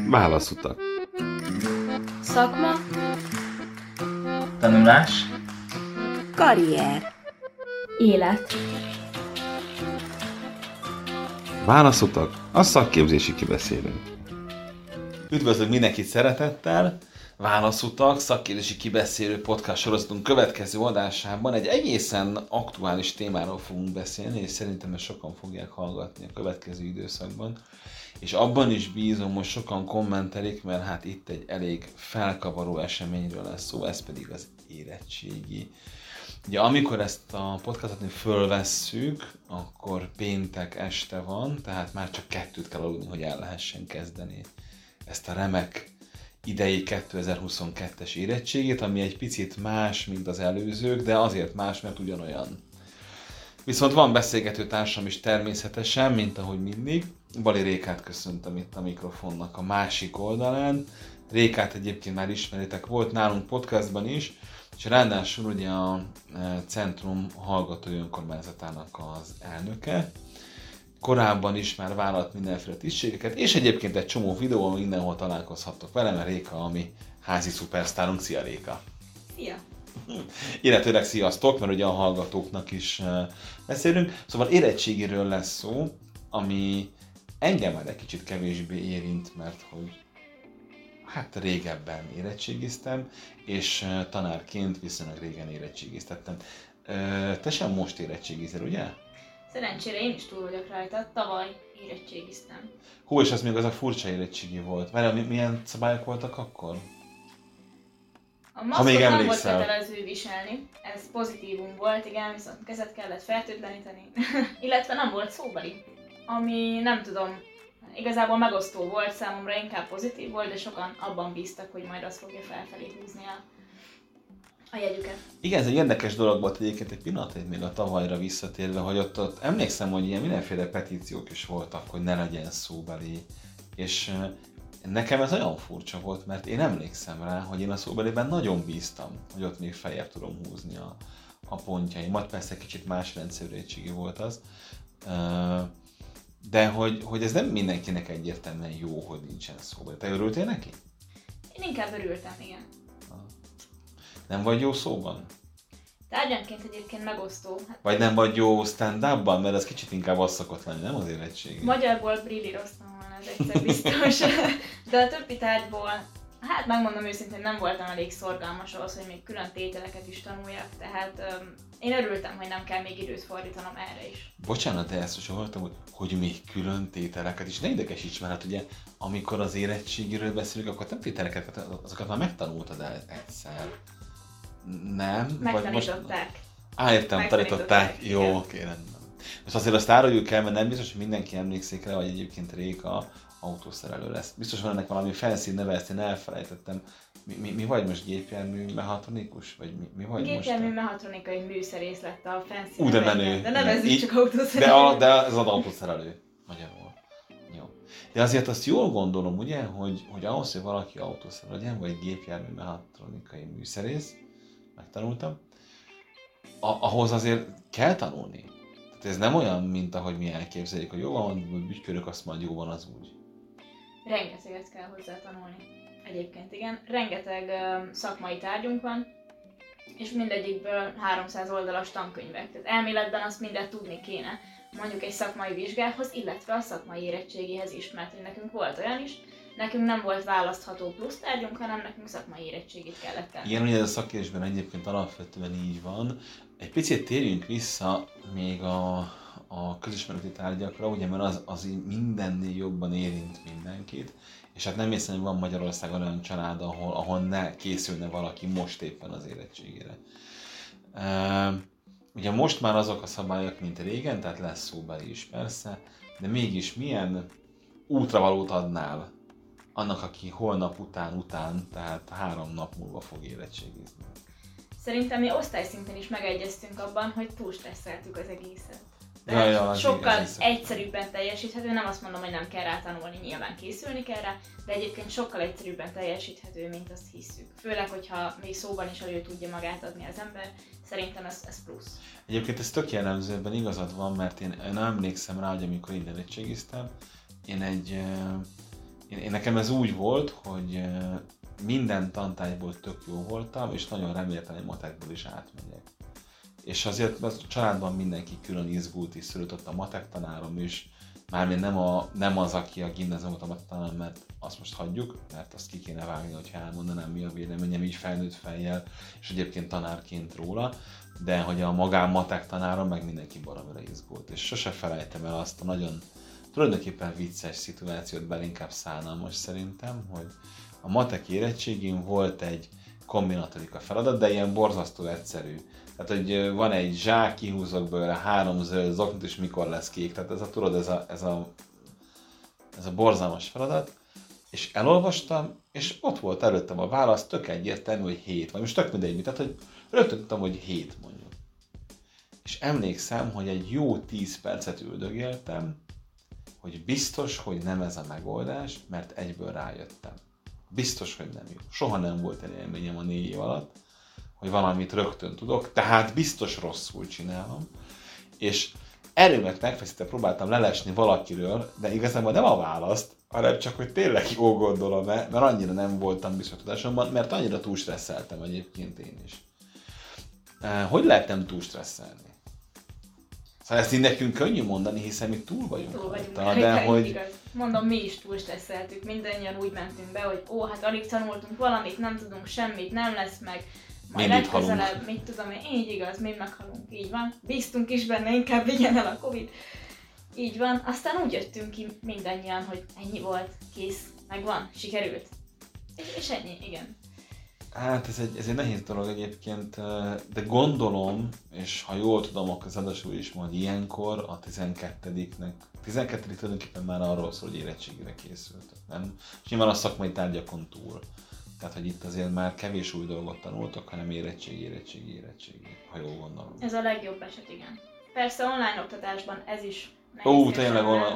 Válaszutak. Szakma. Tanulás. Karrier. Élet. Válaszutak, a szakképzési kibeszélő. Üdvözlök mindenkit szeretettel! Válaszutak, szakképzési kibeszélő podcast sorozatunk következő adásában egy egészen aktuális témáról fogunk beszélni, és szerintem ezt sokan fogják hallgatni a következő időszakban. És abban is bízom, hogy sokan kommentelik, mert hát itt egy elég felkavaró eseményről lesz szó, ez pedig az érettségi. Ugye amikor ezt a podcastot fölvesszük, akkor péntek este van, tehát már csak 2 kell aludni, hogy el lehessen kezdeni ezt a remek idei 2022-es érettségét, ami egy picit más, mint az előzők, de azért más, mert ugyanolyan. Viszont van beszélgető társam is természetesen, mint ahogy mindig. Bali Rékát köszöntöm itt a mikrofonnak a másik oldalán. Rékát egyébként már ismeritek, volt nálunk podcastban is, és ráadásul ugye a Centrum hallgatói önkormányzatának az elnöke. Korábban is már vállalt mindenféle tisztségeket, és egyébként egy csomó videó, mindenhol találkozhattok vele, mert Réka a mi házi szupersztárunk. Szia Réka! Szia! Illetőleg sziasztok, mert ugye a hallgatóknak is beszélünk. Szóval érettségiről lesz szó, ami engem már egy kicsit kevésbé érint, mert hogy hát régebben érettségiztem, és tanárként viszonylag régen érettségiztettem. Te sem most érettségizel, ugye? Szerencsére én is túl vagyok rajta, tavaly érettségiztem. Hú, és az még az a furcsa érettségi volt. Várjál, milyen szabályok voltak akkor? A maszkot nem volt kötelező viselni, ez pozitívum volt, igen, viszont kezet kellett fertőtleníteni, illetve nem volt szóbeli, ami nem tudom, igazából megosztó volt, számomra inkább pozitív volt, de sokan abban bíztak, hogy majd az fogja felfelé húzni a jegyüket. Igen, ez egy érdekes dolog volt egyébként, egy pillanat még a tavalyra visszatérve, hogy ott emlékszem, hogy ilyen mindenféle petíciók is voltak, hogy ne legyen szóbeli, és nekem ez olyan furcsa volt, mert én emlékszem rá, hogy én a szóbeliben nagyon bíztam, hogy ott még feljebb tudom húzni a pontjaimat, persze kicsit más rendszerűségi volt az, de hogy ez nem mindenkinek egyértelműen jó, hogy nincsen szóbeli. Te örültél neki? Én inkább örültem, igen. Nem vagy jó szóban? Tárgyanként egyébként megosztó. Vagy nem vagy jó stand-upban, mert ez kicsit inkább az szokott lenni, nem az érettségi? Magyarból brillíroztam volna, ez egyszer biztos. De a többi tárgyból, hát megmondom őszintén, nem voltam elég szorgalmas ahhoz, hogy még külön tételeket is tanuljak, tehát én örültem, hogy nem kell még időt fordítanom erre is. Bocsánat, de ezt most hallottam, hogy még külön tételeket is. Ne idegesíts, mert hát ugye, amikor az érettségiről beszélünk, akkor nem tételeket, azokat már megtanultad el egyszer. Nem? Megtanították. Értem, tanították. Jó, oké, rendben. Most azért azt áruljuk el, mert nem biztos, hogy mindenki emlékszik rá, hogy egyébként Réka autószerelő lesz. Biztos van ennek valami felszín neve, ezt én elfelejtettem. Mi vagy most gépjármű mechatronikus? Vagy mi vagy most? Gépjármű mechatronikai műszerész lett a felszín de menő. De nevezzük csak autószerelő. De ez az autószerelő. Magyarul. Jó. De azért azt jól gondolom, ugye, hogy ahhoz, hogy valaki autószerelő legyen, vagy gépjármű mechatronikai műszerész, megtanultam, ahhoz azért kell tanulni. Tehát ez nem olyan, mint ahogy mi elképzeljük, hogy jó van, ügykörök, azt majd jó van az úgy. Rengeteget kell hozzá tanulni. Egyébként igen, rengeteg szakmai tárgyunk van, és mindegyikből 300 oldalas tankönyvek. Tehát elméletben azt mindent tudni kéne, mondjuk egy szakmai vizsgához, illetve a szakmai érettségéhez is, mert hogy nekünk volt olyan is, nekünk nem volt választható plusz tárgyunk, hanem nekünk szakmai érettségit kellett tenni. Igen, ugye a szakképzésben egyébként alapvetően így van. Egy picit térjünk vissza még a közismereti tárgyakra, ugye, mert az mindennél jobban érint mindenkit, és hát nem hiszem, hogy van Magyarországon olyan család, ahol ne készülne valaki most éppen az érettségére. Ugye most már azok a szabályok, mint régen, tehát lesz szóbeli is persze, de mégis milyen útravalót adnál annak, aki holnap után, tehát 3 nap múlva fog érettségizni? Szerintem mi osztályszinten is megegyeztünk abban, hogy túl stresszeltük az egészet. Sokkal egyszerűbben teljesíthető, nem azt mondom, hogy nem kell rá tanulni, nyilván készülni kell rá, de egyébként sokkal egyszerűbben teljesíthető, mint azt hisszük. Főleg, hogyha még szóban is elő tudja magát adni az ember, szerintem ez plusz. Egyébként ez tök jellemző, ebben igazad van, mert én emlékszem rá, hogy amikor én érettségiztem, én egy Én nekem ez úgy volt, hogy minden tantárgyból tök jó voltam, és nagyon reméltem, hogy matekból is átmegyek. És azért a családban mindenki külön izgult és szülött a matek tanárom is, mármint nem az, aki a gimnáziumot a matek tanárom, mert azt most hagyjuk, mert azt ki kéne vágni, hogyha elmondanám, mi a véleményem így felnőtt fejjel, és egyébként tanárként róla, de hogy a magán matek tanárom meg mindenki baromira izgult. És sose felejtem el azt a nagyon tulajdonképpen vicces szituációt, bár inkább szánalmas szerintem, hogy a matek érettségén volt egy kombinatorika feladat, de ilyen borzasztó egyszerű. Tehát, hogy van egy zsák, kihúzok belőle 3 zöld zoknit, és mikor lesz kék. Tehát ez a borzalmas feladat. És elolvastam, és ott volt előttem a válasz, tök egyértelmű, hogy 7. Vagy most tök mindegy, tehát, hogy rögtön tudtam, hogy 7 mondjuk. És emlékszem, hogy egy jó 10 percet üldögéltem, hogy biztos, hogy nem ez a megoldás, mert egyből rájöttem. Biztos, hogy nem jó. Soha nem volt egy élményem a 4 év alatt, hogy valamit rögtön tudok, tehát biztos rosszul csinálom. És erőmet megfeszítve próbáltam lelesni valakiről, de igazából nem a választ, hanem csak, hogy tényleg jó gondolom-e, mert annyira nem voltam biztos tudásomban, mert annyira túl stresszeltem egyébként én is. Hogy lehettem túl stresszelni? Szóval ezt így nekünk könnyű mondani, hiszen mi túl vagyunk rajta, de hogy... Igaz. Mondom, mi is túl stresszeltük, mindannyian úgy mentünk be, hogy hát alig tanultunk valamit, nem tudunk semmit, nem lesz meg, majd legközelebb, mit tudom én, így igaz, mi meghalunk, így van. Bíztunk is benne, inkább vigyen el a Covid. Így van, aztán úgy jöttünk ki mindannyian, hogy ennyi volt, kész, megvan, sikerült. És ennyi, igen. Hát ez egy nehéz dolog egyébként, de gondolom, és ha jól tudom, akkor az adásról is mond ilyenkor a 12-nek, 12 tulajdonképpen már arról szól, hogy érettségére készültek, nem? És nyilván a szakmai tárgyakon túl. Tehát, hogy itt azért már kevés új dolgot tanultak, hanem érettség, ha jól gondolom. Ez a legjobb eset, igen. Persze online oktatásban ez is nehéz. Tényleg online,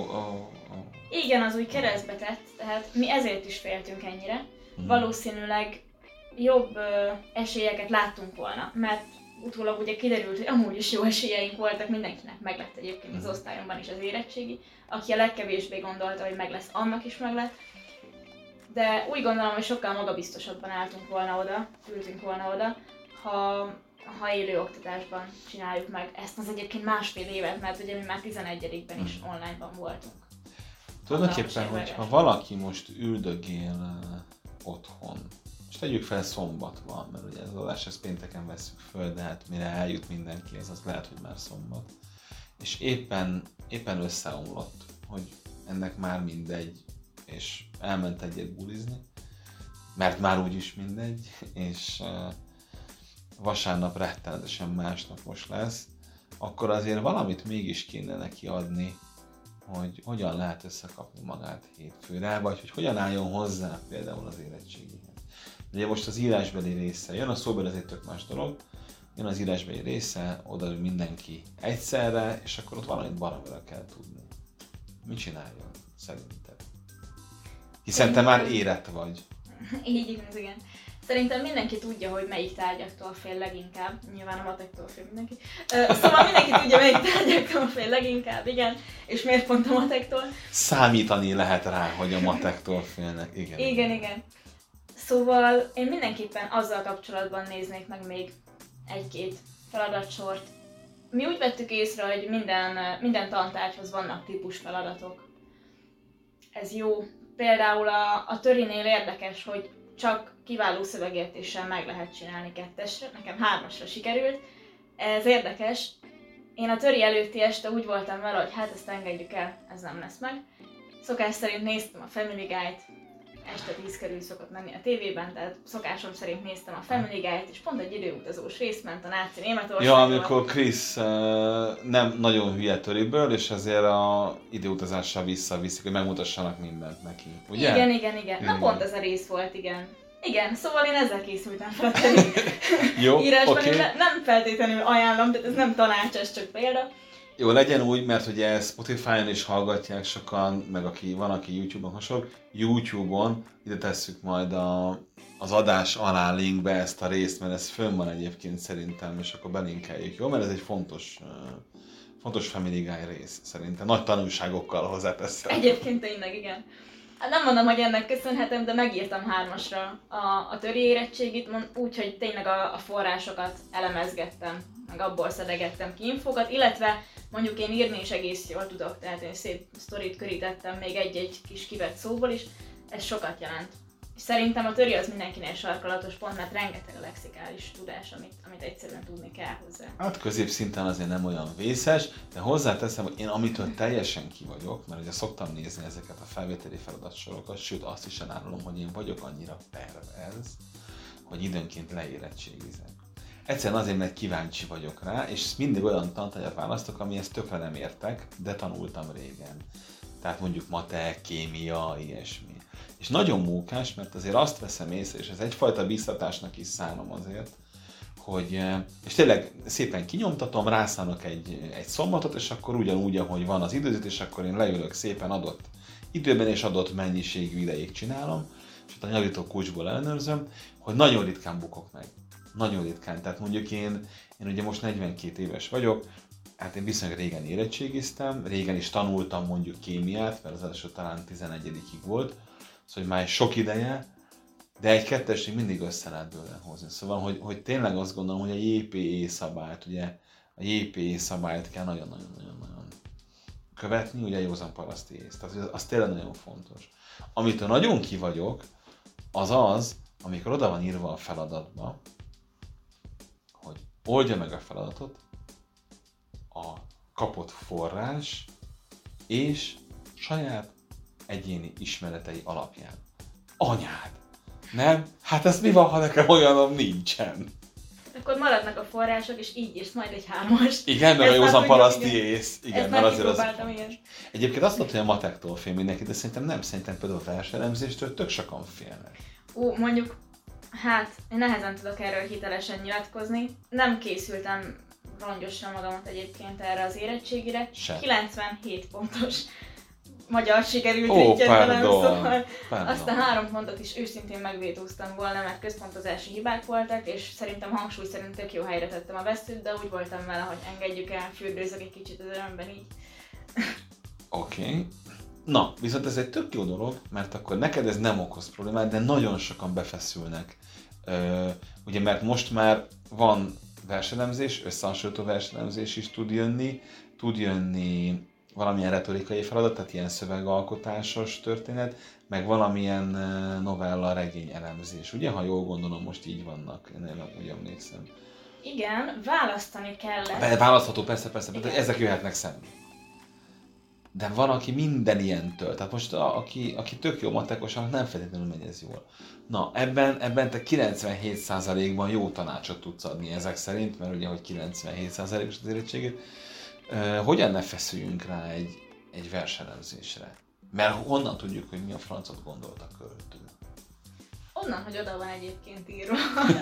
Igen, az úgy keresztbe tett, tehát mi ezért is féltünk ennyire. Valószínűleg jobb esélyeket láttunk volna, mert utólag ugye kiderült, hogy amúgy is jó esélyeink voltak, mindenkinek meglett egyébként az osztályomban is az érettségi, aki a legkevésbé gondolta, hogy meg lesz, annak is meglett. De úgy gondolom, hogy sokkal magabiztosabban álltunk volna oda, ültünk volna oda, ha élő oktatásban csináljuk meg ezt az egyébként másfél évet, mert ugye mi már 11-ben is online-ban voltunk. Tulajdonképpen, hogyha valaki most üldögél otthon, és tegyük fel szombat van, mert ugye az adás ezt pénteken vesszük föl, de hát mire eljut mindenki, az lehet, hogy már szombat. És éppen összeomlott, hogy ennek már mindegy, és elment egyet bulizni, mert már úgyis mindegy, és vasárnap rettenetesen másnapos lesz, akkor azért valamit mégis kéne neki adni, hogy hogyan lehet összekapni magát hétfőre, vagy hogy hogyan álljon hozzá például az érettségihez. Ugye most az írásbeli része jön, a szóbeli azért tök más dolog, jön az írásbeli része, oda mindenki egyszerre, és akkor ott valamit baromira kell tudni. Mit csináljon, szerinted? Hiszen te már érett vagy. Így igaz, igen. Szerintem mindenki tudja, hogy melyik tárgyaktól fél leginkább. Nyilván a matektól fél mindenki. Szóval mindenki tudja, melyik tárgyaktól fél leginkább, igen. És miért pont a matektól? Számítani lehet rá, hogy a matektól félnek. Igen. Szóval én mindenképpen azzal kapcsolatban néznék meg még egy-két feladatsort. Mi úgy vettük észre, hogy minden tantárgyhoz vannak típus feladatok. Ez jó. Például a törinél érdekes, hogy csak kiváló szövegértéssel meg lehet csinálni 2-esre, nekem 3-asra sikerült. Ez érdekes. Én a töri előtti este úgy voltam vele, hogy hát ezt engedjük el, ez nem lesz meg. Szokás szerint néztem a Family Guide-t, este 10 körül szokott menni a tévében, tehát szokásom szerint néztem a Family Guide-t, és pont egy időutazós rész ment a náci Németországban. Ja, amikor Chris nem nagyon hülye töriből, és ezért a időutazással visszaviszik, hogy megmutassanak mindent neki, ugye? Igen. Na pont ez a rész volt, igen. Igen, szóval én ezzel készültem fel a töri írásban, okay. Nem feltétlenül ajánlom, tehát ez nem tanács, ez csak példa. Jó, legyen úgy, mert ugye Spotify-on is hallgatják sokan, meg van, aki YouTube-on hasonló. YouTube-on ide tesszük majd az adás alá linkbe ezt a részt, mert ez fönn van egyébként szerintem, és akkor belinkeljük, jó? Mert ez egy fontos Family Guy rész szerintem. Nagy tanulságokkal hozzáteszem. Egyébként tényleg, igen. Nem mondom, hogy ennek köszönhetem, de megírtam 3-asra a töri érettségit, úgyhogy tényleg a forrásokat elemezgettem, meg abból szedegettem ki infokat, illetve mondjuk én írni is egész jól tudok, tehát én szép sztorit körítettem még egy-egy kis kivett szóból is, ez sokat jelent. És szerintem a töri az mindenkinél sarkalatos pont, mert rengeteg a lexikális tudás, amit egyszerűen tudni kell hozzá. Hát középszinten azért nem olyan vészes, de hozzáteszem, hogy én amitől teljesen ki vagyok, mert ugye szoktam nézni ezeket a felvételi feladatsorokat, sőt azt is elárulom, hogy én vagyok annyira perverz, hogy időnként leérettségizek. Egyszerűen azért, mert kíváncsi vagyok rá, és mindig olyan tantárgyat választok, amihez tökre nem értek, de tanultam régen. Tehát mondjuk matek, kémia, ilyesmi. És nagyon mókás, mert azért azt veszem észre, és ez egyfajta biztatásnak is szánom azért, hogy, és tényleg szépen kinyomtatom, rászánok egy szombatot, és akkor ugyanúgy, ahogy van az időzítés, akkor én leülök szépen adott időben és adott mennyiségű ideig csinálom, és ott a nyarító kulcsból ellenőrzöm, hogy nagyon ritkán bukok meg. Nagyon ritkán. Tehát mondjuk én ugye most 42 éves vagyok, hát én viszonylag régen érettségiztem, régen is tanultam mondjuk kémiát, mert az első talán 11-ig volt, szóval már sok ideje, de egy kettesig mindig össze lehet bőle hozni. Szóval, hogy tényleg azt gondolom, hogy a JPE szabályt, ugye a JPE szabályt kell nagyon-nagyon követni, ugye a józan paraszti ész. Tehát az tényleg nagyon fontos. Amitől nagyon ki vagyok, az, amikor oda van írva a feladatba, hogy oldja meg a feladatot a kapott forrás és saját egyéni ismeretei alapján. Anyád! Nem? Hát ez mi van, ha nekem olyanom nincsen? Akkor maradnak a források, és így is majd egy 3-as. Igen, mert a józan paraszti ész. Igen, mert azért az... Ilyen. Egyébként azt mondta, hogy a matektól fél mindenki, de szerintem nem. Szerintem például a verselemzéstől tök sokan félnek. Mondjuk, hát én nehezen tudok erről hitelesen nyilatkozni. Nem készültem rongyosan magamat egyébként erre az érettségire. Se. 97 pontos magyar sikerült így velem, szóval azt a 3 pontot is őszintén megvétóztam volna, mert központozási hibák voltak, és szerintem hangsúly szerint tök jó helyre tettem a vesztőt, de úgy voltam vele, hogy engedjük el, fürdőzök egy kicsit az örömben így. Oké. Na, viszont ez egy tök jó dolog, mert akkor neked ez nem okoz problémát, de nagyon sokan befeszülnek. Ugye, mert most már van verselemzés, összehasonlító verselemzés is tud jönni valamilyen retorikai feladat, tehát ilyen szövegalkotásos történet, meg valamilyen novella, regény elemzés. Ugye, ha jól gondolom, most így vannak, én úgy emlékszem. Igen, választani kellett. Választható, persze, ezek jöhetnek szembe. De van, aki minden ilyentől. Tehát most aki tök jó matekos, nem feltétlenül megy ez jól. Na, ebben te 97%-ban jó tanácsot tudsz adni ezek szerint, mert ugye, hogy 97%-os az érettségét. Hogyan ne feszüljünk rá egy verselemzésre? Mert honnan tudjuk, hogy mi a francot gondolt a költő? Onnan, hogy oda van egyébként írva.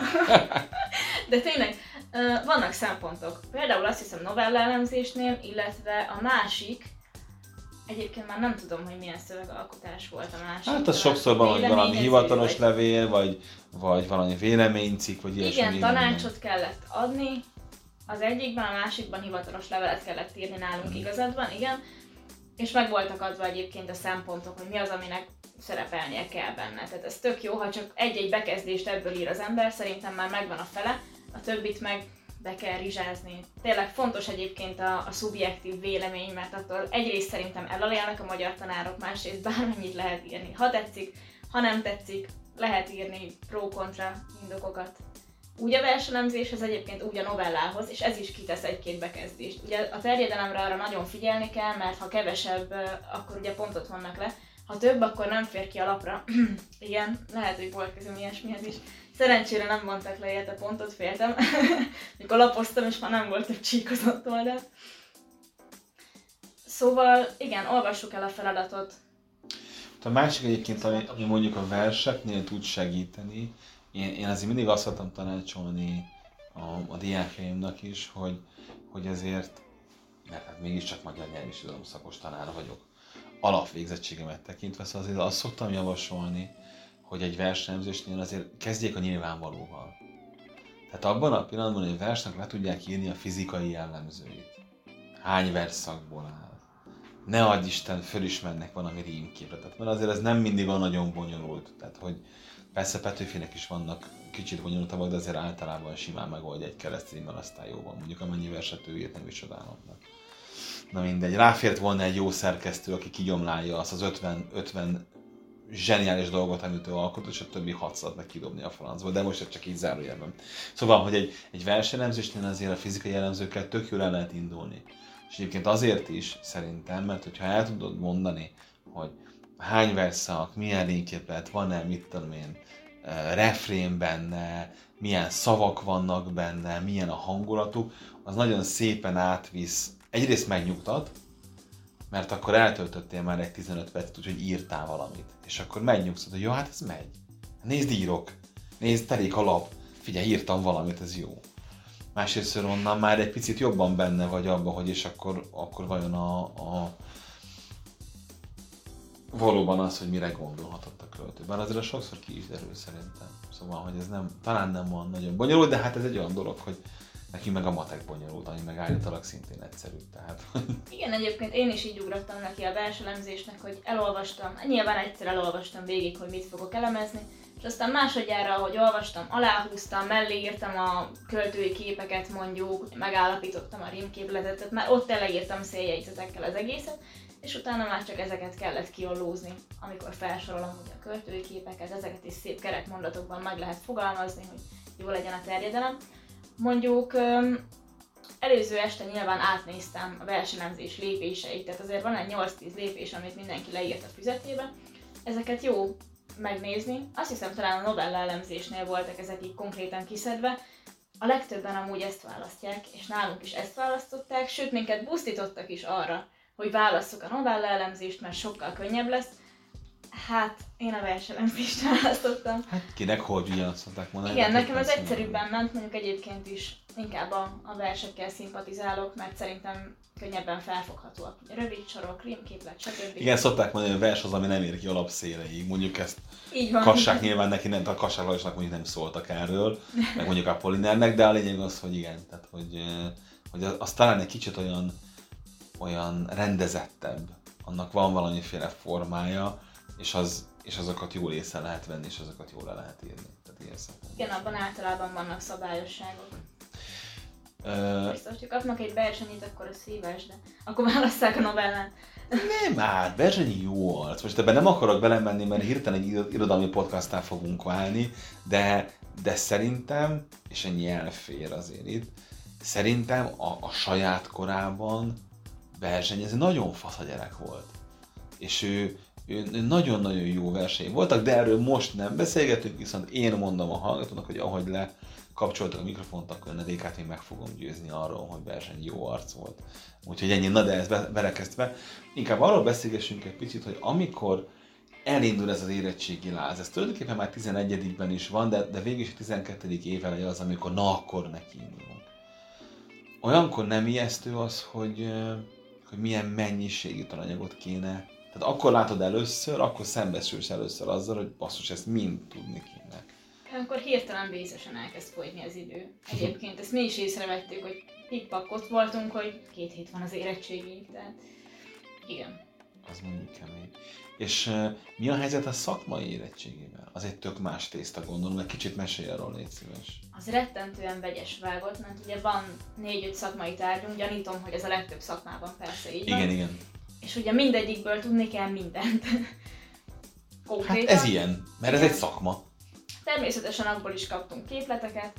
De tényleg, vannak szempontok. Például azt hiszem novella elemzésnél, illetve a másik, egyébként már nem tudom, hogy milyen szövegalkotás volt a másik. Hát az sokszor van, hogy valami hivatalos levél, vagy valami véleménycikk, vagy ilyesmi. Igen, tanácsot kellett adni, az egyikben, a másikban hivatalos levelet kellett írni nálunk, igazad van, igen. És meg voltak adva egyébként a szempontok, hogy mi az, aminek szerepelnie kell benne. Tehát ez tök jó, ha csak egy-egy bekezdést ebből ír az ember, szerintem már megvan a fele, a többit meg be kell rizsázni. Tényleg fontos egyébként a szubjektív vélemény, mert attól egyrészt szerintem elalélnek a magyar tanárok, másrészt bármennyit lehet írni. Ha tetszik, ha nem tetszik, lehet írni pro-kontra indokokat. Úgy a verselemzéshez, egyébként úgy a novellához, és ez is kitesz egy-két bekezdést. Ugye a terjedelemre arra nagyon figyelni kell, mert ha kevesebb, akkor ugye pontot vannak le. Ha több, akkor nem fér ki a lapra. Igen, lehet, hogy volt közüm ilyesmihez is. Szerencsére nem mondtak le ilyet, a pontot féltem. Mikor lapoztam, és már nem volt több csíkozott oldal. Szóval igen, olvassuk el a feladatot. A másik egyébként, ami mondjuk a verseknél tud segíteni, én azért mindig azt szoktam tanácsolni a diákjaimnak is, hogy azért, mert hát mégiscsak magyar nyelvi szakos tanár vagyok, alapvégzettségemet tekintve, szóval azért azt szoktam javasolni, hogy egy verselemzésnél azért kezdjék a nyilvánvalóval. Tehát abban a pillanatban, hogy a versnek le tudják írni a fizikai jellemzőit. Hány versszakból áll, ne adj Isten, fölismernek valami rímképletet, mert azért ez nem mindig van nagyon bonyolult. Tehát, hogy persze Petőfinek is vannak kicsit bonyolultabbak, de azért általában simán megoldja egy keresztrímmel, aztán jó van. Mondjuk amennyi verset ő írt, nem is csodálhatnak. Na mindegy, ráfért volna egy jó szerkesztő, aki kigyomlálja azt az 50 zseniális dolgot, amit ő alkot, és a többi 600 meg kidobni a francba, de most ez csak így zárójelben. Szóval, hogy egy verselemzésnél azért a fizikai jellemzőkkel tök jól el lehet indulni. És egyébként azért is szerintem, mert hogyha el tudod mondani, hogy hány versszak, milyen rímképlet, van-e, mit tudom én, refrén benne, milyen szavak vannak benne, milyen a hangulatuk, az nagyon szépen átvisz. Egyrészt megnyugtat, mert akkor eltöltöttél már egy 15 percet, úgyhogy írtál valamit. És akkor megnyugszod, hogy jó, hát ez megy. Nézd, írok. Nézd, telik a lap. Figyelj, írtam valamit, ez jó. Másrészt onnan már egy picit jobban benne vagy abban, hogy és akkor vajon valóban az, hogy mire gondolhatott a költő. Bár azért sokszor ki is derül szerintem. Szóval, hogy ez talán nem van nagyon bonyolult, de hát ez egy olyan dolog, hogy neki meg a matek bonyolult, ami meg állítólag szintén egyszerű. Tehát. Igen, egyébként én is így ugrottam neki a verselemzésnek, hogy elolvastam, nyilván egyszer elolvastam végig, hogy mit fogok elemezni, és aztán másodjára, ahogy olvastam, aláhúztam, mellé írtam a költői képeket mondjuk, megállapítottam a rímképletet, tehát már ott eleírtam széljegyzetekkel az egészet, és utána már csak ezeket kellett kiollózni, amikor felsorolom hogy a költői képeket, ezeket is szép kerekmondatokban meg lehet fogalmazni, hogy jó legyen a terjedelem. Mondjuk előző este nyilván átnéztem a verselemzés lépéseit, tehát azért van egy 8-10 lépés, amit mindenki leírt a füzetébe. Ezeket jó megnézni. Azt hiszem talán a novella elemzésnél voltak ezek így konkrétan kiszedve. A legtöbben amúgy ezt választják, és nálunk is ezt választották, sőt minket buzdítottak is arra, hogy válasszuk a novella elemzést, mert sokkal könnyebb lesz. Hát, én a verselemzést választottam. Hát kinek hogy ugyanazt mondták mondani. Igen, nekem az egyszerűbben ment, mondjuk egyébként is inkább a versekkel szimpatizálok, mert szerintem könnyebben felfoghatóak. Rövid sorok, rímképlet, stb. Igen, szokták mondani, hogy a vers az, ami nem ér ki alapszéleig. Mondjuk ezt így van. Kassák nyilván neki nem, a Kassák Lajosnak mondjuk nem szóltak erről, meg mondjuk Apollinernek, de a lényeg az, hogy igen, tehát hogy az talán egy kicsit olyan rendezettebb, annak van valamiféle formája, és azokat jól észre lehet venni, és azokat jól le lehet írni. Tehát ilyen szempontból. Igen, abban általában vannak szabályosságok. Biztos, hogy kapnak egy versenyit, akkor az szíves, de akkor válasszák a novellát. Nem, hát Berzsenyi jó arc. Most ebben nem akarok belemenni, mert hirtelen egy irodalmi podcastnál fogunk válni, de szerintem, és ennyi elfér azért itt, szerintem a saját korában Berzsenyi ez egy nagyon fasz a gyerek volt. És ő nagyon-nagyon jó versenyei voltak, de erről most nem beszélgetünk, viszont én mondom a hallgatónak, hogy ahogy lekapcsoltak a mikrofont, akkor a DK-t én meg fogom győzni arról, hogy Berzsenyi jó arc volt. Úgyhogy ennyi, na de ezt belekezdve. Inkább arról beszélgessünk egy picit, hogy amikor elindul ez az érettségi láz, ez tulajdonképpen már 11-ben is van, de végül is a 12. éveleje az, amikor na akkor nekiindulunk. Olyankor nem ijesztő az, hogy milyen mennyiségű tananyagot kéne. Tehát akkor látod először, akkor szembesülsz először azzal, hogy basszus, ezt mind tudni kéne. Akkor hirtelen vészesen elkezd folyni az idő. Egyébként ezt mi is észrevettük, hogy pikpak ott voltunk, hogy 2 hét van az érettségig, tehát igen. Az mondjuk kemény. És mi a helyzet a szakmai érettségével? Az egy tök más tészta, gondolom, egy kicsit mesélj arról, légy szíves. Az rettentően vegyes vágott, mert ugye van 4-5 szakmai tárgyunk, gyanítom, hogy ez a legtöbb szakmában persze így van. Igen. És ugye mindegyikből tudni kell mindent. Konkrétan. Hát ez ilyen, mert ez egy szakma. Természetesen abból is kaptunk képleteket.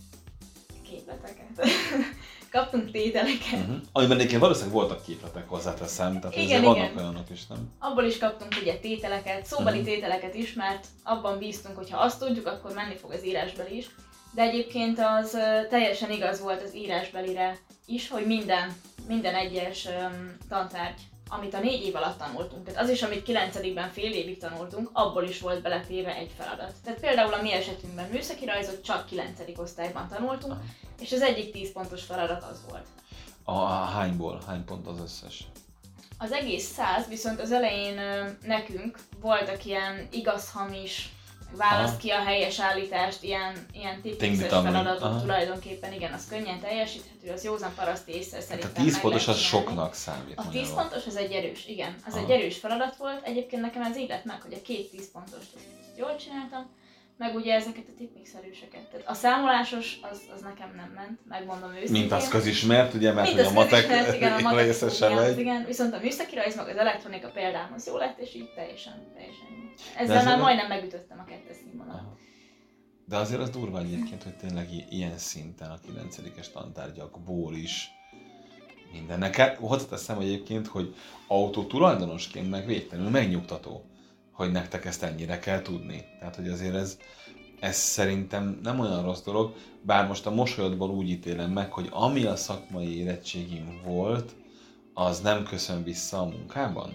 Kaptunk tételeket. Amiben egyébként valószínűleg voltak képletek, hozzáteszem, tehát Igen, vannak olyanok is, nem? Abból is kaptunk ugye tételeket, szóbeli tételeket is, mert abban bíztunk, hogy ha azt tudjuk, akkor menni fog az írásbeli is. De egyébként az teljesen igaz volt az írásbelire is, hogy minden egyes tantárgy, amit a 4 év alatt tanultunk, tehát az is, amit 9-ben fél évig tanultunk, abból is volt beletéve egy feladat. Tehát például a mi esetünkben műszaki rajzot csak 9. osztályban tanultunk, és az egyik 10 pontos feladat az volt. Hányból? Hány pont az összes? Az egész 100, viszont az elején nekünk voltak ilyen igaz-hamis választ ki a helyes állítást, ilyen tipikus feladatok tulajdonképpen, igen, az könnyen teljesíthető, az józan paraszti észre szerintem. A 10 pontos az soknak számít. A 10 pontos az egy erős, igen, az egy erős feladat volt. Egyébként nekem ez így lett meg, hogy a 2 10 pontost jól csináltam, meg ugye ezeket a tipmixerőseket. Tehát a számolásos az nekem nem ment, megmondom őszintén. Mint az közismert, ugye, mert hogy a matek részese vagy. Igen, viszont a műszaki rajz, meg az elektronika például az jó lett, és így teljesen jó. Ezzel már majdnem megütöttem a 2-es színvonalat. De azért az durva egyébként, hogy tényleg ilyen szinten a 9-es tantárgyakból is mindennek. Hozzáteszem egyébként, hogy autótulajdonosként meg végtelenül megnyugtató, hogy nektek ezt ennyire kell tudni. Tehát, hogy azért ez szerintem nem olyan rossz dolog, bár most a mosolyodból úgy ítélem meg, hogy ami a szakmai érettségim volt, az nem köszön vissza a munkában?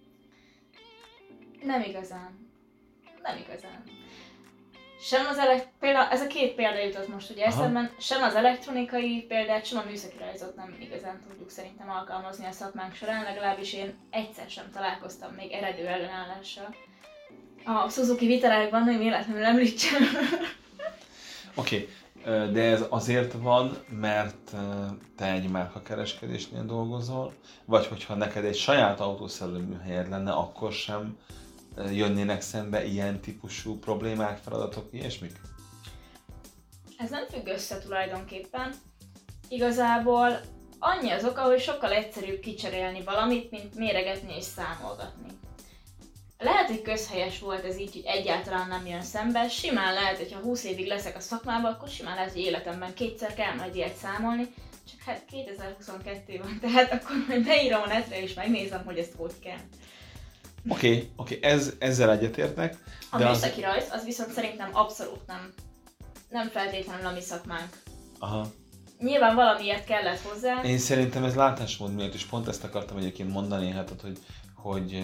Nem igazán. Sem az például ez a 2 példa jutott most ugye eszemben, sem az elektronikai példát, sem a műszaki rajzot nem igazán tudjuk szerintem alkalmazni a szakmánk során, legalábbis én egyszer sem találkoztam még eredő ellenállással. A Suzuki Vitarákban, hogy véletlenül említsem. Oké, de ez azért van, mert te egy márkakereskedésnél dolgozol, vagy hogyha neked egy saját autószerelőműhelyed lenne, akkor sem jönnének szembe ilyen típusú problémák, feladatok, ilyesmik? Ez nem függ össze tulajdonképpen. Igazából annyi az oka, hogy sokkal egyszerűbb kicserélni valamit, mint méregetni és számolgatni. Lehet, hogy közhelyes volt ez így, hogy egyáltalán nem jön szembe. Simán lehet, hogy ha 20 évig leszek a szakmában, akkor simán lehet, hogy életemben 2-szer kell majd ilyet számolni. Csak hát 2022 van, tehát akkor majd beírom a netre és megnézem, hogy ezt hogy kell. Oké, ezzel egyetértek. A műszaki rajz, az viszont szerintem abszolút nem feltétlenül a mi szakmánk. Aha. Nyilván valamiért kellett hozzá. Én szerintem ez látásmód miatt is pont ezt akartam egyébként mondani, hát, hogy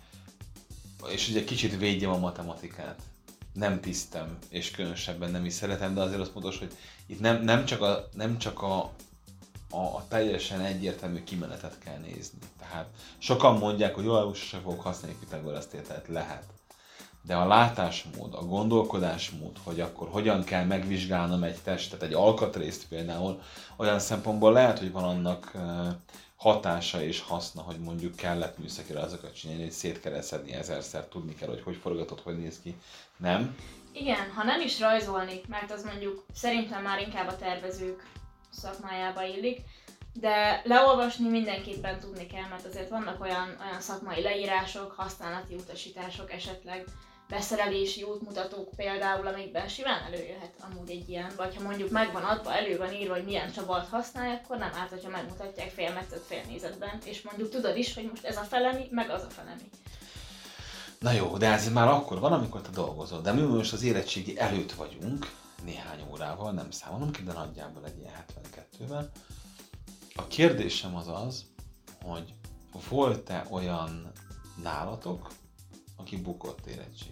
és ugye kicsit védjem a matematikát. Nem tisztem, és különösebben nem is szeretem, de azért azt fontos, hogy itt nem csak a teljesen egyértelmű kimenetet kell nézni. Tehát sokan mondják, hogy jól sose fogok használni Pitagorasz tételt, lehet. De a látásmód, a gondolkodásmód, hogy akkor hogyan kell megvizsgálnom egy testet, egy alkatrészt például, olyan szempontból lehet, hogy van annak hatása és haszna, hogy mondjuk kellett műszaki rajzokat csinálni, hogy szét kell szedni 1000-szer, tudni kell, hogy forgatod, hogy néz ki. Nem? Igen, ha nem is rajzolni, mert az mondjuk szerintem már inkább a tervezők szakmájába illik, de leolvasni mindenképpen tudni kell, mert azért vannak olyan szakmai leírások, használati utasítások, esetleg beszerelési útmutatók például, amikben simán előjöhet amúgy egy ilyen, vagy ha mondjuk megvan adva, elő van írva, hogy milyen csavart használj, akkor nem árt, hogyha megmutatják félmetszet félnézetben, és mondjuk tudod is, hogy most ez a felemi, meg az a felemi. Na jó, de ez már akkor van, amikor te dolgozol, de mi most az érettségi előtt vagyunk, néhány órával, nem számolom ki, de nagyjából egy ilyen 72-vel. A kérdésem az, hogy volt-e olyan nálatok, aki bukott érettségén?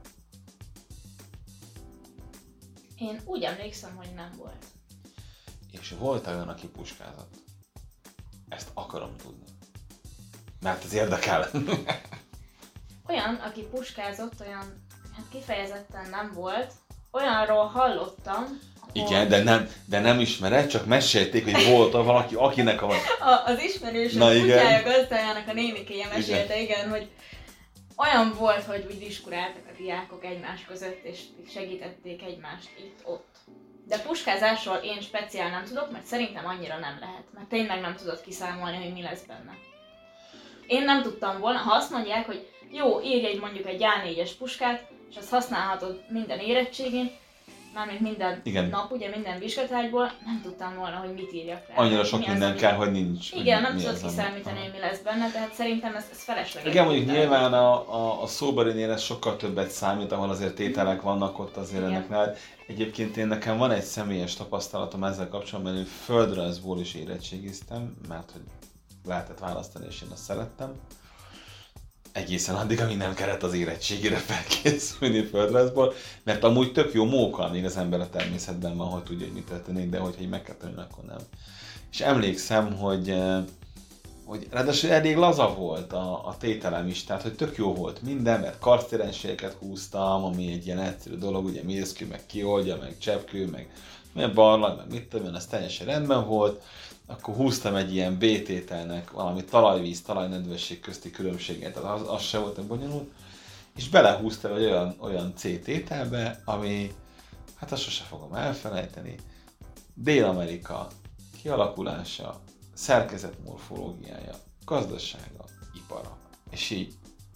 Én úgy emlékszem, hogy nem volt. És volt olyan, aki puskázott? Ezt akarom tudni. Mert ez érdekel. Olyan, aki puskázott, olyan hát kifejezetten nem volt. Olyanról hallottam, igen, de nem ismered, csak mesélték, hogy volt valaki, akinek az ismerősöm kutyája gazdájának a nénikéje mesélte, igen, hogy olyan volt, hogy úgy diskuráltak a diákok egymás között, és segítették egymást itt-ott. De puskázásról én speciál nem tudok, mert szerintem annyira nem lehet, mert tényleg nem tudod kiszámolni, hogy mi lesz benne. Én nem tudtam volna, ha azt mondják, hogy jó, írj mondjuk egy A4-es puskát, és azt használhatod minden érettségén, mármint minden nap, ugye minden vizsgatárgyból, nem tudtam volna, hogy mit írjak rá. Annyira sok minden kell, hogy nincs. Igen, nem tudod kiszámítani, hogy mi lesz benne, tehát szerintem ez felesleges. Igen, mondjuk nyilván a szóbelinél ez sokkal többet számít, ahol azért tételek vannak ott azért enneknál. Egyébként nekem van egy személyes tapasztalatom ezzel kapcsolatban, hogy földrajzból is érettségiztem, mert hogy lehetett választani, és én azt szerettem. Egészen addig, amíg nem kellett az érettségére felkészülni földrajzból, mert amúgy tök jó móka, amíg az ember a természetben van, hogy tudja, hogy mit történik, de hogyha így meg kell tanulni, akkor nem. És emlékszem, hogy ráadásul elég laza volt a tételem is, tehát hogy tök jó volt minden, mert karctérenségeket húztam, ami egy ilyen egyszerű dolog, ugye mészkő, meg kioldja, meg cseppkő, meg barlang, meg mit tudom én, ez teljesen rendben volt. Akkor húztam egy ilyen B-tételnek valami talajvíz, talajnedvesség közti különbséget, tehát az se volt bonyolult. És belehúztam egy olyan C-tételbe, ami, hát azt sose fogom elfelejteni, Dél-Amerika kialakulása, szerkezetmorfológiája, gazdasága, ipara. És így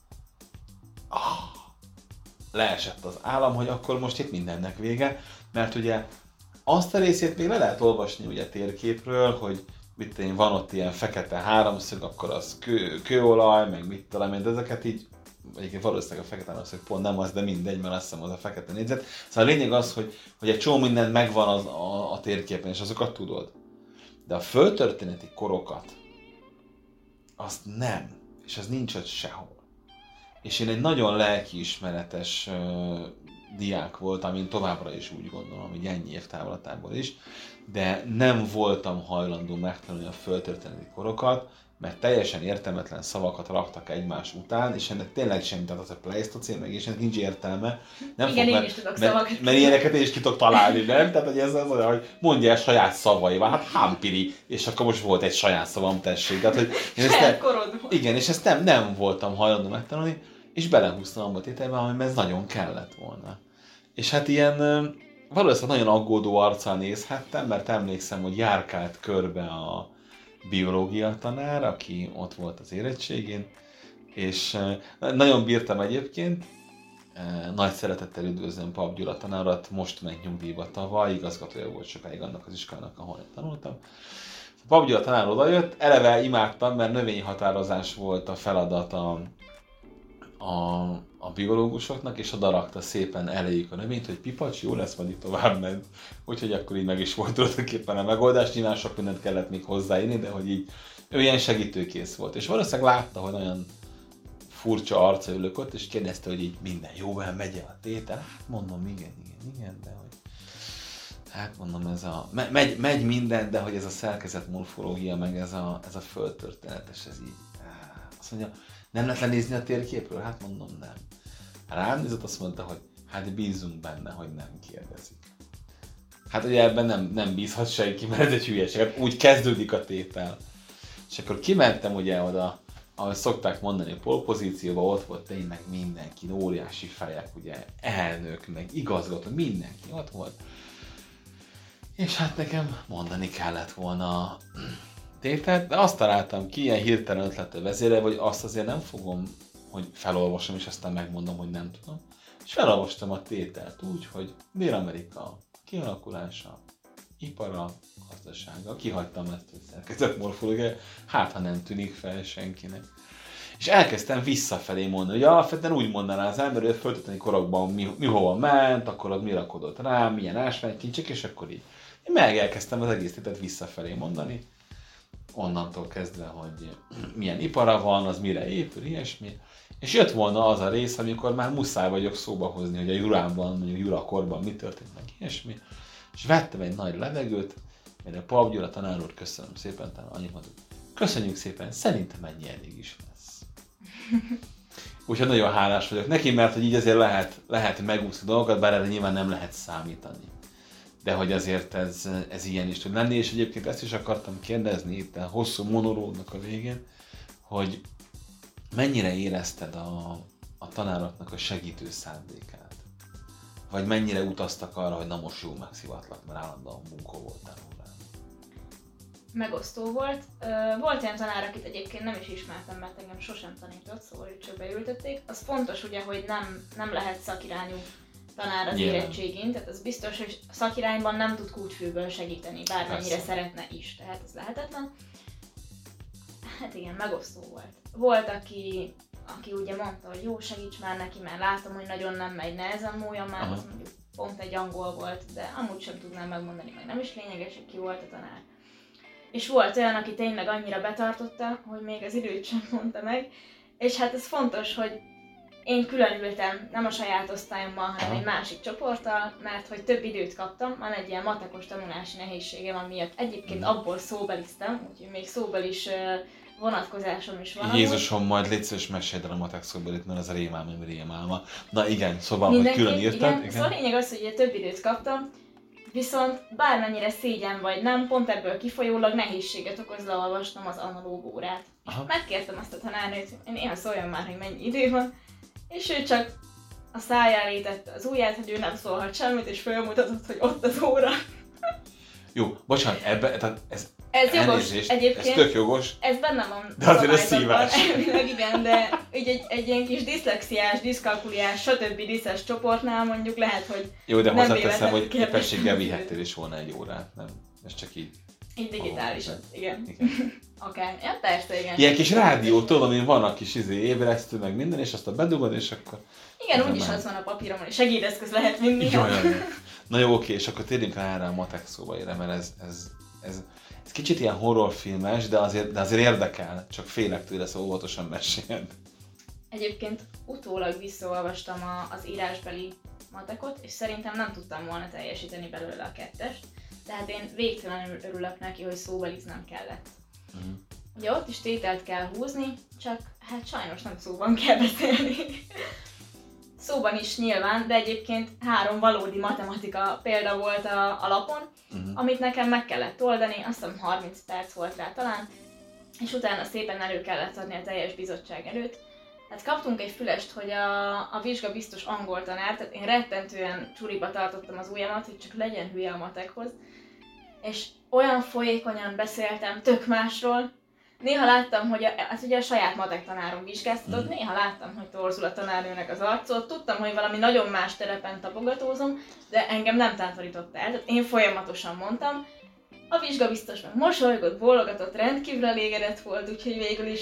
leesett az állam, hogy akkor most itt mindennek vége, mert ugye azt a részét még le lehet olvasni ugye térképről, hogy mit én, van ott ilyen fekete háromszög, akkor az kőolaj, meg mit tudom én, de ezeket így, egyébként valószínűleg a fekete háromszög pont nem az, de mindegy, mert azt hiszem az a fekete négyzet. Szóval a lényeg az, hogy egy csomó minden megvan a térképen, és azokat tudod. De a földtörténeti korokat, azt nem, és az nincs ott sehol. És én egy nagyon lelkiismeretes diák voltam, én továbbra is úgy gondolom, hogy ennyi év távlatából is, de nem voltam hajlandó megtanulni a földtörténeti korokat, mert teljesen értelmetlen szavakat raktak egymás után, és ennek tényleg semmi, tehát az a pleisztocén, meg és ennek nincs értelme. Nem igen, fog, én is tudok szavakat. mert ilyeneket én is ki tudok találni, nem? Tehát hogy ez az olyan, hogy mondja el saját szavaival, hát hámpiri, és akkor most volt egy saját szavam, tessék. Tehát, hogy én ezt igen, és ezt nem voltam hajlandó megtanulni, és belehúztam abba a tételbe, amiben ez nagyon kellett volna. És hát ilyen valószínűleg nagyon aggódó arccal nézhettem, mert emlékszem, hogy járkált körbe a biológia tanár, aki ott volt az érettségén, és nagyon bírtam egyébként, nagy szeretettel üdvözlöm Pap Gyula tanárat, most ment nyugdíjba tavaly, igazgatója volt sokáig annak az iskolának, ahol én tanultam. Pap Gyula tanár odajött, eleve imádtam, mert növényhatározás volt a feladat a biológusoknak, és oda rakta szépen elejék a növényt, hogy pipacs, jó lesz, majd itt tovább ment. Úgyhogy akkor így meg is volt tulajdonképpen a megoldás, nyilván sok mindent kellett még hozzáírni, de hogy így ő ilyen segítőkész volt. És valószínűleg látta, hogy olyan furcsa arca ülök ott, és kérdezte, hogy így minden jóval megy a tétel. Hát mondom, igen, de hogy... Hát mondom, ez a... Megy minden, de hogy ez a szerkezetmorfológia, meg ez a földtörténetes, ez így... Azt mondja, nem lehet lenézni a térképről? Hát mondom, nem. Rám nézett, azt mondta, hogy hát bízunk benne, hogy nem kérdezik. Hát ugye ebben nem bízhat senki, mert ez egy hülyeség. Hát úgy kezdődik a tétel. És akkor kimentem ugye oda, ahogy szokták mondani, a polpozícióban ott volt tényleg mindenki, óriási fejek, ugye elnök, meg igazgató, mindenki ott volt. És hát nekem mondani kellett volna tételt, de azt találtam ki, ilyen hirtelen ötlettel vezérel, hogy azt azért nem fogom, hogy felolvasom, és aztán megmondom, hogy nem tudom. És felolvastam a tételt úgy, hogy Dél-Amerika kialakulása, ipara, gazdasága, kihagytam ezt, hogy szerkezetmorfológia, hát ha nem tűnik fel senkinek. És elkezdtem visszafelé mondani, hogy alapvetően úgy mondaná az ember, hogy a földtörténeti korokban mi hova ment, akkor az mi rakodott rá, milyen ásványkincsek, és akkor így. Én elkezdtem az egész tételt visszafelé mondani, onnantól kezdve, hogy milyen ipara van, az mire épül, ilyesmi. És jött volna az a rész, amikor már muszáj vagyok szóba hozni, hogy a Jurában, mondjuk Jurakorban mi történt, meg ilyesmi. És vettem egy nagy levegőt, mire a Pap Gyula tanár úr, köszönöm szépen, talán annyit mondtuk, köszönjük szépen, szerintem ennyi elég is lesz. Úgyhogy nagyon hálás vagyok neki, mert hogy így azért lehet megúszni dolgokat, bár erre nyilván nem lehet számítani. De hogy azért ez ilyen is tud lenni, és egyébként ezt is akartam kérdezni itt a hosszú monológnak a végén, hogy mennyire érezted a tanároknak a segítő szándékát? Vagy mennyire utaztak arra, hogy na most jó megszivatlak, mert állandóan munkó voltál órán? Megosztó volt. Volt olyan tanár, akit egyébként nem is ismertem, mert engem sosem tanított, szóval őt csak beültették. Az fontos ugye, hogy nem lehet szakirányú tanár az érettségén, tehát az biztos, hogy szakirányban nem tud kútfőből segíteni, bármennyire szeretne is, tehát ez lehetetlen. Hát igen, megosztó volt. Volt, aki ugye mondta, hogy jó, segíts már neki, mert látom, hogy nagyon nem megy, nehezen múljon már, az mondjuk pont egy angol volt, de amúgy sem tudnám megmondani, meg nem is lényeges, hogy ki volt a tanár. És volt olyan, aki tényleg annyira betartotta, hogy még az időt sem mondta meg, és hát ez fontos, hogy én külön ültem, nem a saját osztályommal, hanem egy másik csoporttal, mert hogy több időt kaptam, van egy ilyen matekos tanulási nehézségem, amiatt egyébként abból szóbeliztem, úgyhogy még szóbel is vonatkozásom is van. Jézusom, majd légy szíves, mesélj el a matek szóbelit, mert ez a rémálom, rémálma. Na igen, szóval, hogy Mindenki, külön írtad. igen. Szóval a lényeg az, hogy ugye több időt kaptam, viszont bármennyire szégyen vagy nem, pont ebből kifolyólag nehézséget okoz leolvasnom az analóg órát. Aha. Megkértem azt a tanárnőt, hogy néha szóljon már, hogy mennyi idő van, és ő csak a szájára tette az ujját, hogy ő nem szólhat semmit, és felmutatott, hogy ott az óra. Jó, bocsánat, tehát Ez jogos, elnézést, egyébként. ez tök jogos. Ez bennem van. De azért ez szabályzatban, szívás. elvileg igen, de ugye egy ilyen kis diszlexiás, diszkalkuliás, stb. Diszes csoportnál mondjuk lehet, hogy Jó, de nem hozzáteszem, véletlenül hogy kérdeztem éppenséggel az vihettél időt. is volna egy órát, nem? Ez csak így. így digitális, Oh, igen. Igen. Akár. Ja, persze, igen. Ilyen kis rádió, tudom én, vannak kis ébresztő, meg minden, és azt a bedugod, és akkor... Igen, nem úgyis már. az van a papíromon, és segédeszköz lehet mindig. Jó. Na jó, oké, és akkor térjünk rá erre a matek szóbaira, mert ez kicsit ilyen horrorfilmes, de azért érdekel, csak félek tőle, szóval óvatosan meséld. Egyébként utólag visszaolvastam az írásbeli matekot, és szerintem nem tudtam volna teljesíteni belőle a 2-est. Tehát én végtelenül örülök neki, hogy szóbeliznem kellett. Uh-huh. Ugye ott is tételt kell húzni, csak hát sajnos nem szóban kell beszélni. Szóban is nyilván, de egyébként 3 valódi matematika példa volt a lapon, amit nekem meg kellett oldani, azt hiszem 30 perc volt rá talán, és utána szépen elő kellett adni a teljes bizottság előtt. Hát kaptunk egy fülest, hogy a vizsga biztos angol tanár, tehát én rettentően csuriba tartottam az ujjamat, hogy csak legyen hülye a matekhoz. És olyan folyékonyan beszéltem tök másról. Néha láttam, hogy ugye a saját matek tanárom vizsgáztatott, néha láttam, hogy torzul a tanárnőnek az arcot, tudtam, hogy valami nagyon más terepen tapogatózom, de engem nem tántorított el, tehát én folyamatosan mondtam. A vizsga biztos meg mosolygott, bólogatott, rendkívül elégedett volt, úgyhogy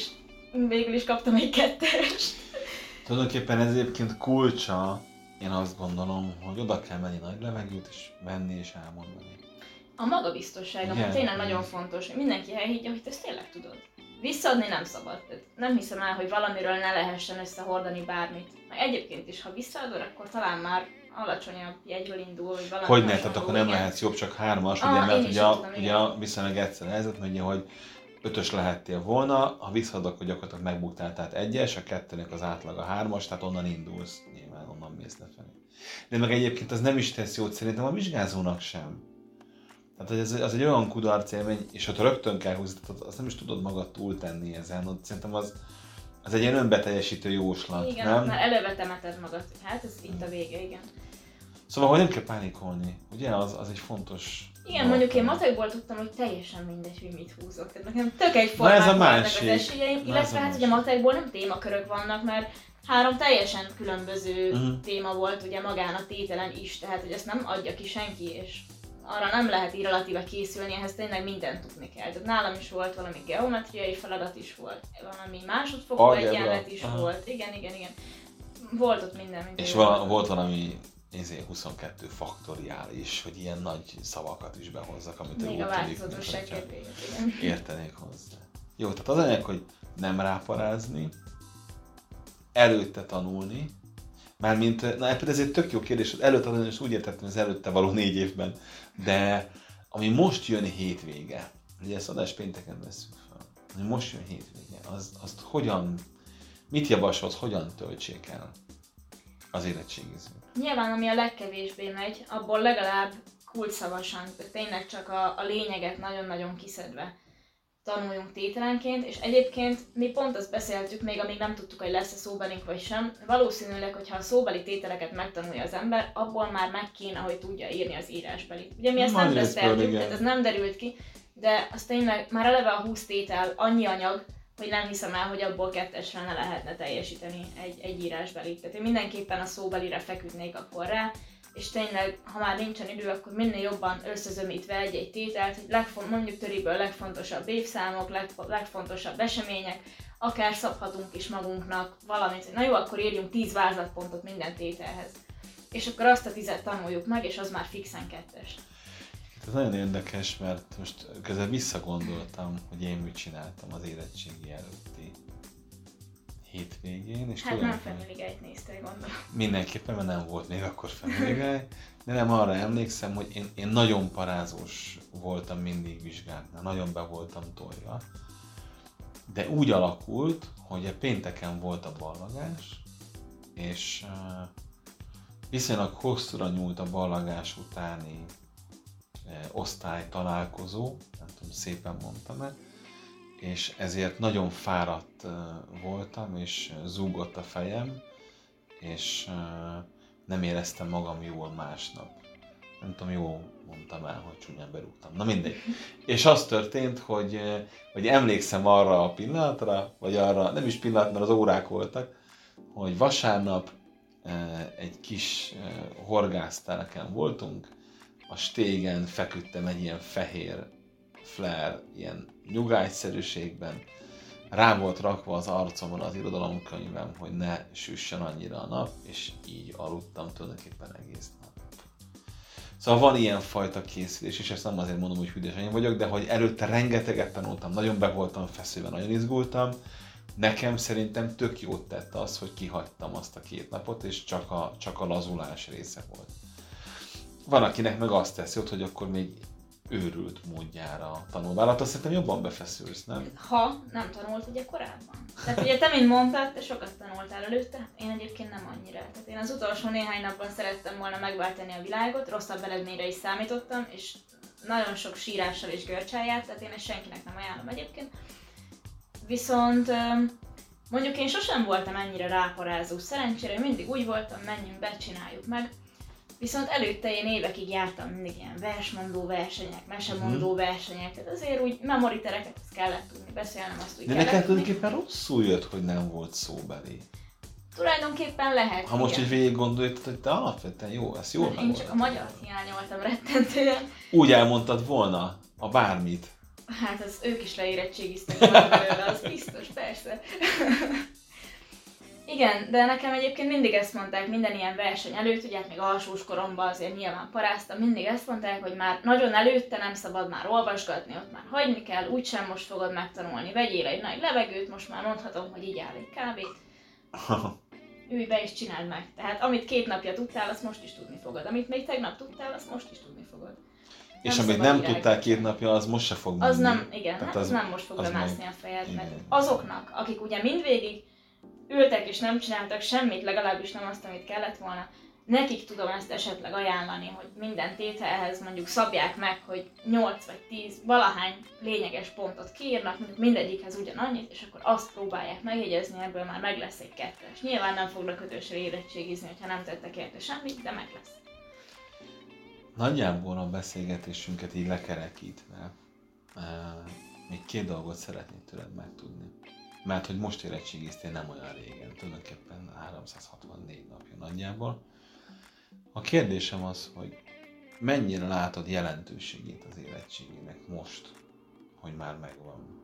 végül is kaptam egy 2-est. Tulajdonképpen ez egyébként kulcsa, én azt gondolom, hogy oda kell menni nagy levegőt, és venni és elmondani. A magabiztosság, ami Igen, tényleg igen. nagyon fontos, hogy mindenki elhiggye, hogy te ezt tényleg tudod. Visszaadni nem szabad. Tehát nem hiszem el, hogy valamiről ne lehessen összehordani bármit. Meg egyébként is, ha visszaadod, akkor talán már alacsonyabb jegyről indul, vagy valami Hogyne, tehát hasonló, akkor nem igen. lehetsz jobb, csak 3-as, ugye, Én mert is ugye, tudtam, ugye igen. viszonylag egyszer helyzet, ugye, hogy 5-ös lehettél volna, ha visszaadok, hogy gyakorlatilag megbuktál, tehát 1-es, a 2-nek az átlaga 3-as, tehát onnan indulsz, nyilván onnan mész lefelé. De meg egyébként az nem is tesz jót szerintem a vizsgázónak sem. Tehát hogy az egy olyan kudarc élmény, és ott rögtön kell húzni, tehát azt nem is tudod magad túltenni ezen, ott szerintem az egy ilyen önbeteljesítő jóslat, Igen, nem? ott már előve temeted magad, hogy hát ez itt a vége, igen. Szóval, hogy nem kell pánikolni, ugye? Az egy fontos... Igen, mondjuk én matekból tudtam, hogy teljesen mindegy, hogy mit húzok. Tehát nekem tök Na egyformák ez a voltak az másik. esélyeim, Na ez illetve a hát ugye másik. matekból nem témakörök vannak, mert 3 teljesen különböző Mhm. téma volt ugye magán a tételen is, tehát hogy ezt nem adja ki senki, és arra nem lehet így relatíve készülni, ehhez tényleg mindent tudni kell. Tehát nálam is volt valami geometriai feladat is volt, valami másodfokú Algebra. egyenlet is Aha. volt, igen. Volt ott minden. És volt valami 22 faktoriális, hogy ilyen nagy szavakat is behozzak, amit Még úgy a tűnik, változatosság mintha kedvéért, igen. értenék hozzá. Jó, tehát az anyag, hogy nem ráparázni, előtte tanulni, mármint, na ez egy tök jó kérdés, hogy előtte tanulni, és úgy értettem, az előtte való 4 évben, de ami most jön hétvége, ugye ezt adás pénteken veszünk fel, ami most jön hétvége, azt hogyan, mit javasolsz, hogyan töltsék el az érettségizők? Nyilván, ami a legkevésbé megy, abból legalább kulcsszavasan, tehát tényleg csak a lényeget nagyon-nagyon kiszedve tanuljunk tételenként, és egyébként mi pont azt beszéltük még, amíg nem tudtuk, hogy lesz-e szóbelink vagy sem, valószínűleg, hogyha a szóbeli tételeket megtanulja az ember, abból már meg kéne, hogy tudja írni az írásbelit. Ugye mi ezt nem Nagy részből, teszteltük, igen. tehát ez nem derült ki, de az tényleg már eleve a 20 tétel annyi anyag, hogy nem hiszem el, hogy abból 2-esre ne lehetne teljesíteni egy írásbelit. Tehát én mindenképpen a szóbelire feküdnék akkor rá, és tényleg, ha már nincsen idő, akkor minél jobban összezömítve egy tételt, hogy mondjuk töriből legfontosabb évszámok, legfontosabb események, akár szabhatunk is magunknak valamit, na jó, akkor írjunk 10 vázlatpontot minden tételhez. És akkor azt a 10-et tanuljuk meg, és az már fixen 2-es. Ez nagyon érdekes, mert most közben visszagondoltam, hogy én mit csináltam az érettségi előtti hétvégén. És Hát nem tulajdonképpen Family Guy-t néztél, gondolom. mindenképpen, mert nem volt még akkor Family Guy, de nem arra emlékszem, hogy én nagyon parázós voltam mindig vizsgáknál, nagyon be voltam tolva. De úgy alakult, hogy pénteken volt a ballagás, és viszonylag hosszúra nyúlt a ballagás utáni osztálytalálkozó, nem tudom, szépen mondtam-e, és ezért nagyon fáradt voltam, és zúgott a fejem, és nem éreztem magam jól másnap. Nem tudom, jól mondtam el, hogy csúnyán berúgtam. Na mindegy. És az történt, hogy emlékszem arra a pillanatra, vagy arra, nem is pillanat, mert az órák voltak, hogy vasárnap egy kis horgászteleken voltunk, a stégen feküdtem egy ilyen fehér flare, ilyen nyugágyszerűségben, rá volt rakva az arcomon az irodalomkönyvem, hogy ne süssön annyira a nap, és így aludtam tulajdonképpen egész nap. Szóval van ilyen fajta készülés, és ezt nem azért mondom, hogy hűdés anyag vagyok, de hogy előtte rengeteget tanultam, nagyon be voltam feszülve, nagyon izgultam. Nekem szerintem tök jót tett az, hogy kihagytam azt a 2 napot, és csak a lazulás része volt. Van, akinek meg azt teszi ott, hogy akkor még őrült módjára tanulvál. Attól szerintem jobban befeszülsz, nem? Ha nem tanult ugye korábban. Tehát ugye te, mint mondtad, te sokat tanultál előtte, én egyébként nem annyira. Tehát én az utolsó néhány napban szerettem volna megváltani a világot, rosszabb eredményre is számítottam, és nagyon sok sírással és görcsáját, tehát én ezt senkinek nem ajánlom egyébként. Viszont mondjuk én sosem voltam ennyire ráparázó, szerencsére mindig úgy voltam, menjünk be, csináljuk meg. Viszont előtte én évekig jártam mindig ilyen versmondó versenyek, mesemondó versenyek, tehát azért úgy memoritereket kellett tudni beszélnem, azt úgy de kellett neked tudni. tulajdonképpen rosszul jött, hogy nem volt szóbeli. Tulajdonképpen lehet. Ha most igen. így végig gondolod, hogy te alapvetően jó, ezt jól Én csak a megoldod. magyart hiányoltam rettentően. Úgy elmondtad volna a bármit. Hát az ők is leérettségiztek volna belőle, az biztos, persze. Igen, de nekem egyébként mindig ezt mondták minden ilyen verseny előtt, ugye hát még alsós koromban azért nyilván paráztam, mindig ezt mondták, hogy már nagyon előtte nem szabad már olvasgatni, ott már hagyni kell, úgysem most fogod megtanulni, vegyél egy nagy levegőt, most már mondhatom, hogy igyál egy kávét. Ülj be és csináld meg. Tehát amit 2 napja tudtál, azt most is tudni fogod. Amit még tegnap tudtál, azt most is tudni fogod. És Nem amit szabad nem tudtál irányítani. 2 napja, az most se fog menni. Az nem, igen, Tehát az nem most fog az bemászni meg- a fejedbe. igen. Azoknak, akik ugye mindvégig ültek és nem csináltak semmit, legalábbis nem azt, amit kellett volna, nekik tudom ezt esetleg ajánlani, hogy minden tételhez mondjuk szabják meg, hogy 8 vagy 10 valahány lényeges pontot kiírnak, mondjuk mindegyikhez ugyanannyit, és akkor azt próbálják megjegyezni, ebből már meg lesz egy 2-es. Nyilván nem fognak kötősre érettségizni, hogyha nem tettek érte semmit, de meg lesz. Nagyjából a beszélgetésünket így lekerekítve, még 2 dolgot szeretnék tőled megtudni. Mert hogy most érettségiztél nem olyan régen, tulajdonképpen 364 napja nagyjából. A kérdésem az, hogy mennyire látod jelentőségét az érettségének most, hogy már megvan?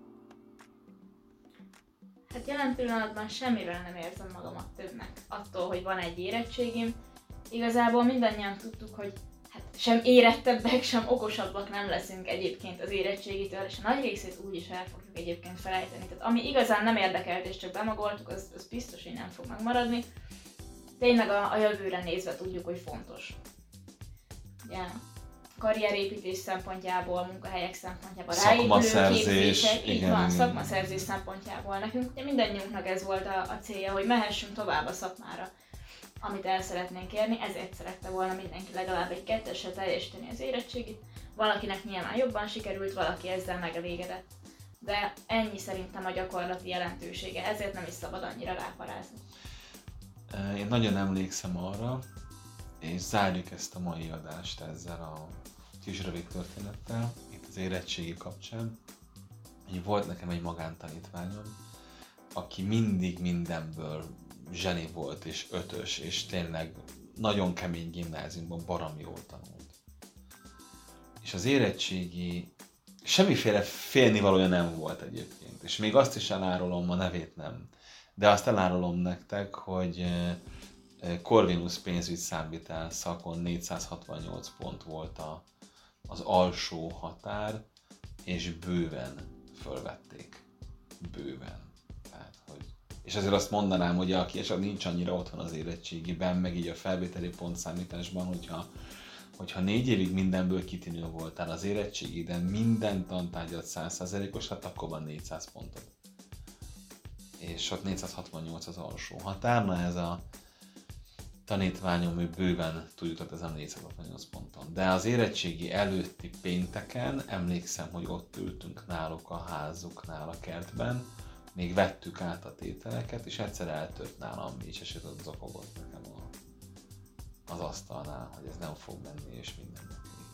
Hát jelen pillanatban semmivel nem érzem magamat többnek attól, hogy van egy érettségim. Igazából mindannyian tudtuk, hogy hát sem érettebbek, sem okosabbak nem leszünk egyébként az érettségitől, és a nagy részét úgy is el fogjuk egyébként felejteni. Tehát ami igazán nem érdekelt és csak bemagoltuk, az biztos, hogy nem fog megmaradni. Tényleg a jövőre nézve tudjuk, hogy fontos. Ugye, karrierépítés szempontjából, munkahelyek szempontjából, Szakmaszerzés, képzések, így igen, van, igen. szakmaszerzés szempontjából. Nekünk ugye mindannyiunknak ez volt a célja, hogy mehessünk tovább a szakmára, amit el szeretnénk érni, ezért szerette volna mindenki legalább egy 2-essel teljesíteni az érettségit. Valakinek nyilván jobban sikerült, valaki ezzel megelégedett. De ennyi szerintem a gyakorlati jelentősége, ezért nem is szabad annyira ráparázni. Én nagyon emlékszem arra, és zárjuk ezt a mai adást ezzel a kis rövid történettel, itt az érettségi kapcsán, hogy volt nekem egy magántanítványom, aki mindig mindenből zseni volt, és 5-ös, és tényleg nagyon kemény gimnáziumban baromi jól tanult. És az érettségi semmiféle félnivalója nem volt egyébként, és még azt is elárulom, a nevét nem, de azt elárulom nektek, hogy Corvinus pénzügyszámvitel szakon 468 pont volt az alsó határ, és bőven fölvették. Bőven. Tehát, hogy... És azért azt mondanám, hogy aki esetleg nincs annyira otthon az érettségiben, meg így a felvételi pontszámításban, hogyha 4 évig mindenből kitűnő voltál az érettségiden, minden tantárgyat 100%-os, hát akkor van 400 pontod. és ott 468 az alsó határ. Na ez a tanítványom, ő bőven túljutott ezen 468 ponton. De az érettségi előtti pénteken emlékszem, hogy ott ültünk náluk a házuknál a kertben, még vettük át a tételeket, és egyszer eltört nálam is, és ott zokogott nekem az asztalnál, hogy ez nem fog menni, és minden.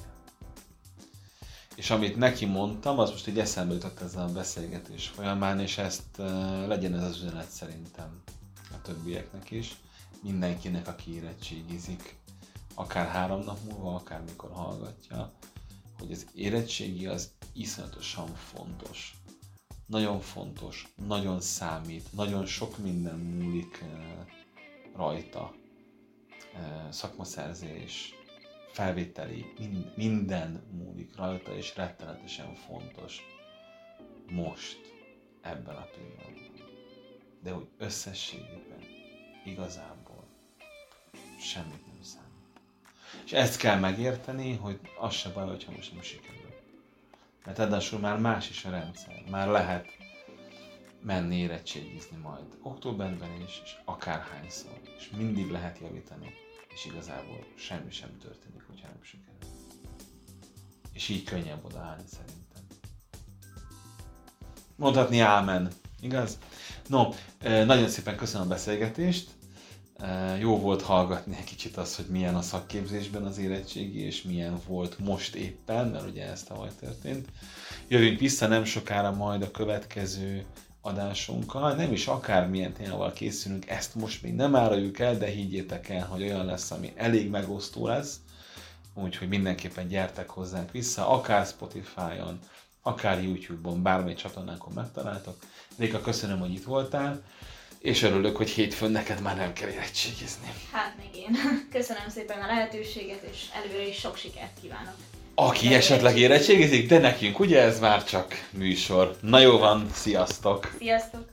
És amit neki mondtam, az most így eszembe jutott ezzel a beszélgetés folyamán, és ezt legyen ez az üzenet szerintem a többieknek is, mindenkinek, aki érettségizik, akár 3 nap múlva, akár mikor hallgatja, hogy az érettségi az iszonyatosan fontos. Nagyon fontos, nagyon számít, nagyon sok minden múlik rajta. Szakmaszerzés, felvételi, minden múlik rajta, és rettenetesen fontos most, ebben a pillanatban. De hogy összességében igazából semmit nem számít. És ezt kell megérteni, hogy az se baj, hogyha most nem sikerül. Mert ráadásul már más is a rendszer. Már lehet menni érettségizni majd októberben is, és akárhányszor. És mindig lehet javítani. És igazából semmi sem történik, hogyha nem sikerül. És így könnyebb odaállni szerintem. Mondhatni ámen, igaz? No, nagyon szépen köszönöm a beszélgetést. Jó volt hallgatni egy kicsit azt, hogy milyen a szakképzésben az érettségi, és milyen volt most éppen, mert ugye ez tavaly történt. Jövünk vissza nem sokára majd a következő adásunkkal, nem is akármilyen témával készülünk, ezt most még nem áruljuk el, de higgyétek el, hogy olyan lesz, ami elég megosztó lesz, úgyhogy mindenképpen gyertek hozzánk vissza, akár Spotify-on, akár YouTube-on, bármely csatornánkon megtaláltok. Réka, köszönöm, hogy itt voltál, és örülök, hogy hétfőn neked már nem kell érettségizni. Hát még én. Köszönöm szépen a lehetőséget, és előre is sok sikert kívánok. Aki esetleg érettségizik, de nekünk ugye ez már csak műsor. Na jó van, sziasztok! Sziasztok!